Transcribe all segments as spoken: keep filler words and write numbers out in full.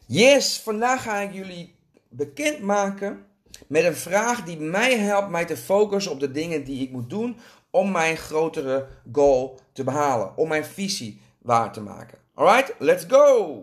Yes, vandaag ga ik jullie bekendmaken met een vraag die mij helpt mij te focussen op de dingen die ik moet doen om mijn grotere goal te behalen, om mijn visie waar te maken. Alright, let's go!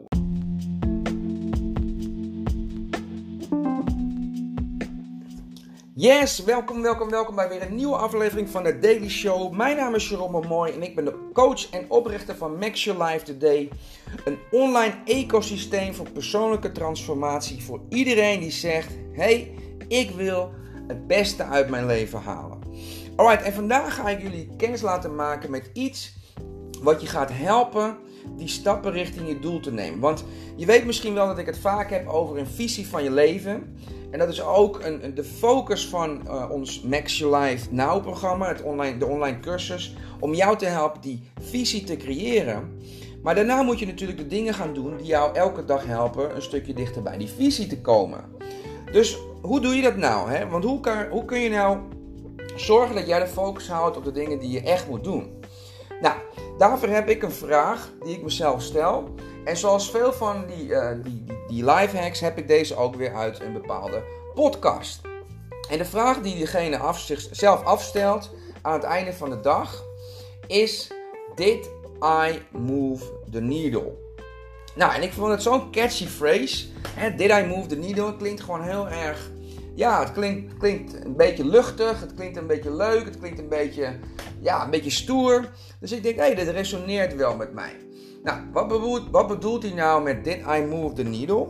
Yes, welkom, welkom, welkom bij weer een nieuwe aflevering van de Daily Show. Mijn naam is Jerome Mooi en ik ben de coach en oprichter van Max Your Life Today. Een online ecosysteem voor persoonlijke transformatie voor iedereen die zegt: hey, ik wil het beste uit mijn leven halen. Alright, en vandaag ga ik jullie kennis laten maken met iets wat je gaat helpen die stappen richting je doel te nemen. Want je weet misschien wel dat ik het vaak heb over een visie van je leven. En dat is ook een, de focus van uh, ons Max Your Life Now programma, het online, de online cursus, om jou te helpen die visie te creëren. Maar daarna moet je natuurlijk de dingen gaan doen die jou elke dag helpen een stukje dichter bij die visie te komen. Dus hoe doe je dat nou? Hè? Want hoe, kan, hoe kun je nou zorgen dat jij de focus houdt op de dingen die je echt moet doen? Nou, daarvoor heb ik een vraag die ik mezelf stel. En zoals veel van die, uh, die, die, die life hacks heb ik deze ook weer uit een bepaalde podcast. En de vraag die diegene af, zichzelf afstelt aan het einde van de dag is: Did I move the needle? Nou, en ik vond het zo'n catchy phrase. Hè? Did I move the needle? Het klinkt gewoon heel erg... Ja, het klinkt, klinkt een beetje luchtig. Het klinkt een beetje leuk. Het klinkt een beetje, ja, een beetje stoer. Dus ik denk, hé, hey, dit resoneert wel met mij. Nou, wat bedoelt, wat bedoelt hij nou met Did I move the needle?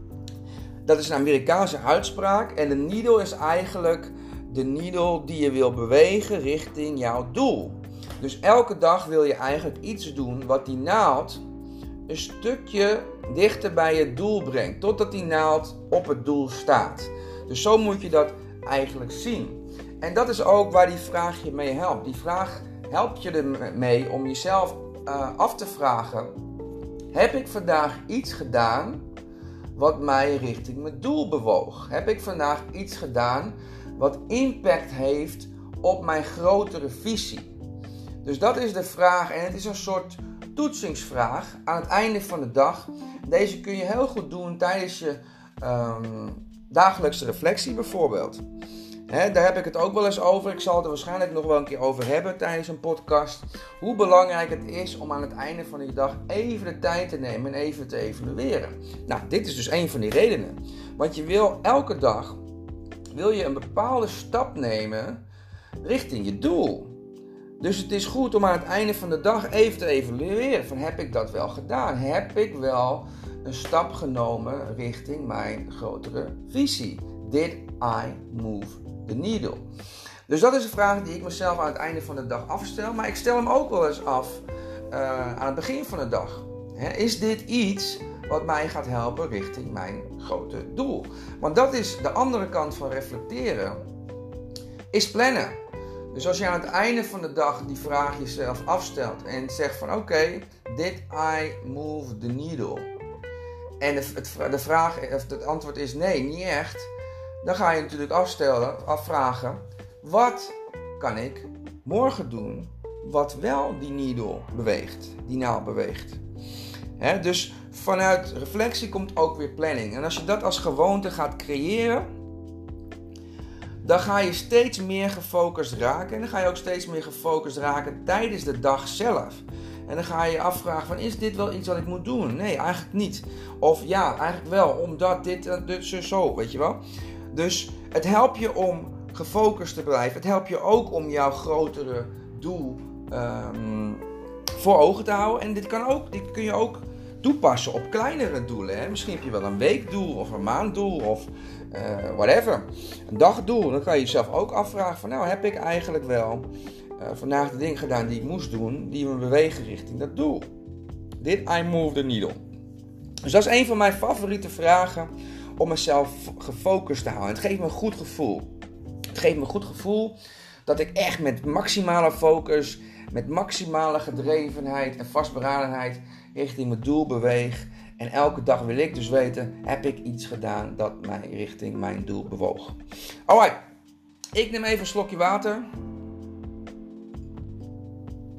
Dat is een Amerikaanse uitspraak. En de needle is eigenlijk de needle die je wil bewegen richting jouw doel. Dus elke dag wil je eigenlijk iets doen wat die naald een stukje dichter bij je doel brengt. Totdat die naald op het doel staat. Dus zo moet je dat eigenlijk zien. En dat is ook waar die vraag je mee helpt. Die vraag helpt je ermee om jezelf uh, af te vragen: heb ik vandaag iets gedaan wat mij richting mijn doel bewoog? Heb ik vandaag iets gedaan wat impact heeft op mijn grotere visie? Dus dat is de vraag en het is een soort toetsingsvraag aan het einde van de dag. Deze kun je heel goed doen tijdens je um, dagelijkse reflectie bijvoorbeeld. He, daar heb ik het ook wel eens over. Ik zal het er waarschijnlijk nog wel een keer over hebben tijdens een podcast. Hoe belangrijk het is om aan het einde van je dag even de tijd te nemen en even te evalueren. Nou, dit is dus een van die redenen. Want je wil elke dag wil je een bepaalde stap nemen richting je doel. Dus het is goed om aan het einde van de dag even te evalueren. Van, heb ik dat wel gedaan? Heb ik wel een stap genomen richting mijn grotere visie? Did I move the needle? Dus dat is een vraag die ik mezelf aan het einde van de dag afstel. Maar ik stel hem ook wel eens af uh, aan het begin van de dag. He, is dit iets wat mij gaat helpen richting mijn grote doel? Want dat is de andere kant van reflecteren. Is plannen. Dus als je aan het einde van de dag die vraag jezelf afstelt en zegt van oké, okay, did I move the needle? En het, het, de vraag, of het antwoord is nee, niet echt. Dan ga je natuurlijk afstellen, afvragen: wat kan ik morgen doen wat wel die needle beweegt, die naald beweegt? He, dus vanuit reflectie komt ook weer planning. En als je dat als gewoonte gaat creëren, dan ga je steeds meer gefocust raken. En dan ga je ook steeds meer gefocust raken tijdens de dag zelf. En dan ga je je afvragen van, is dit wel iets wat ik moet doen? Nee, eigenlijk niet. Of ja, eigenlijk wel, omdat dit, dit, zo, zo, weet je wel. Dus het helpt je om gefocust te blijven. Het helpt je ook om jouw grotere doel um, voor ogen te houden. En dit, kan ook, dit kun je ook toepassen op kleinere doelen. Hè? Misschien heb je wel een weekdoel of een maanddoel of uh, whatever. Een dagdoel. Dan kan je jezelf ook afvragen van, nou, heb ik eigenlijk wel uh, vandaag de dingen gedaan die ik moest doen, die me bewegen richting dat doel? Did I move the needle? Dus dat is een van mijn favoriete vragen om mezelf gefocust te houden. Het geeft me een goed gevoel. Het geeft me een goed gevoel dat ik echt met maximale focus, met maximale gedrevenheid en vastberadenheid richting mijn doel beweeg. En elke dag wil ik dus weten, heb ik iets gedaan dat mij richting mijn doel bewoog. Alright, ik neem even een slokje water.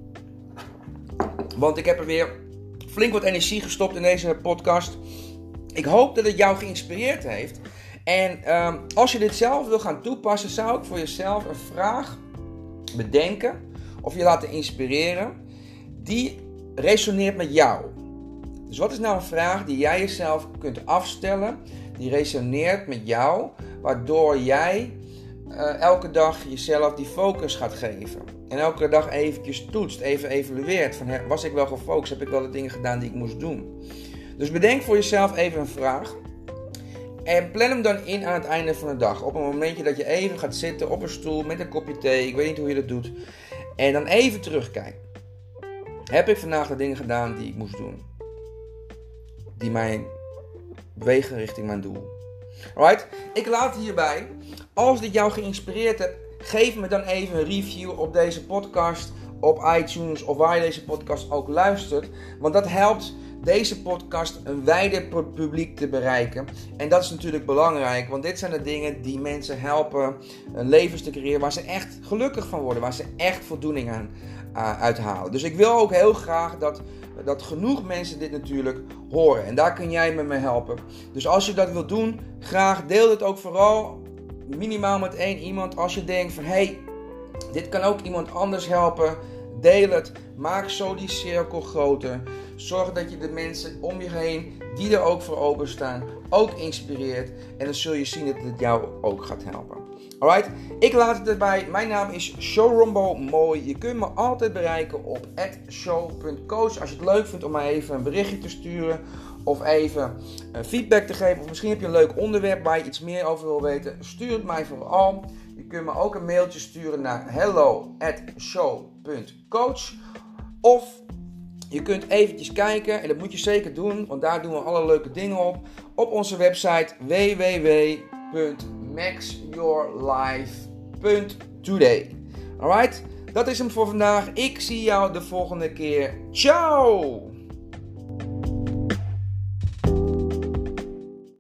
Want ik heb er weer flink wat energie gestopt in deze podcast. Ik hoop dat het jou geïnspireerd heeft. En um, als je dit zelf wil gaan toepassen, zou ik voor jezelf een vraag bedenken of je laten inspireren die resoneert met jou. Dus wat is nou een vraag die jij jezelf kunt afstellen, die resoneert met jou, waardoor jij uh, elke dag jezelf die focus gaat geven. En elke dag eventjes toetst, even evalueert van, was ik wel gefocust, heb ik wel de dingen gedaan die ik moest doen. Dus bedenk voor jezelf even een vraag. En plan hem dan in aan het einde van de dag. Op een momentje dat je even gaat zitten op een stoel met een kopje thee. Ik weet niet hoe je dat doet. En dan even terugkijken. Heb ik vandaag de dingen gedaan die ik moest doen? Die mij bewegen richting mijn doel. Alright? Ik laat het hierbij. Als dit jou geïnspireerd hebt, geef me dan even een review op deze podcast. Op iTunes of waar je deze podcast ook luistert. Want dat helpt deze podcast een wijder publiek te bereiken. En dat is natuurlijk belangrijk, want dit zijn de dingen die mensen helpen een levens te creëren waar ze echt gelukkig van worden, waar ze echt voldoening aan uh, uithalen. Dus ik wil ook heel graag dat, dat genoeg mensen dit natuurlijk horen. En daar kun jij met me helpen. Dus als je dat wilt doen, graag deel het ook vooral minimaal met één iemand. Als je denkt van, hey, dit kan ook iemand anders helpen. Deel het, maak zo die cirkel groter. Zorg dat je de mensen om je heen, die er ook voor openstaan, ook inspireert. En dan zul je zien dat het jou ook gaat helpen. Alright, ik laat het erbij. Mijn naam is Showrombo Mooi. Je kunt me altijd bereiken op at show punt coach. Als je het leuk vindt om mij even een berichtje te sturen. Of even feedback te geven. Of misschien heb je een leuk onderwerp waar je iets meer over wil weten. Stuur het mij vooral. Je kunt me ook een mailtje sturen naar hello at show punt coach. Of je kunt eventjes kijken, en dat moet je zeker doen, want daar doen we alle leuke dingen op. Op onze website w w w punt max your life punt today. Alright, dat is hem voor vandaag. Ik zie jou de volgende keer. Ciao!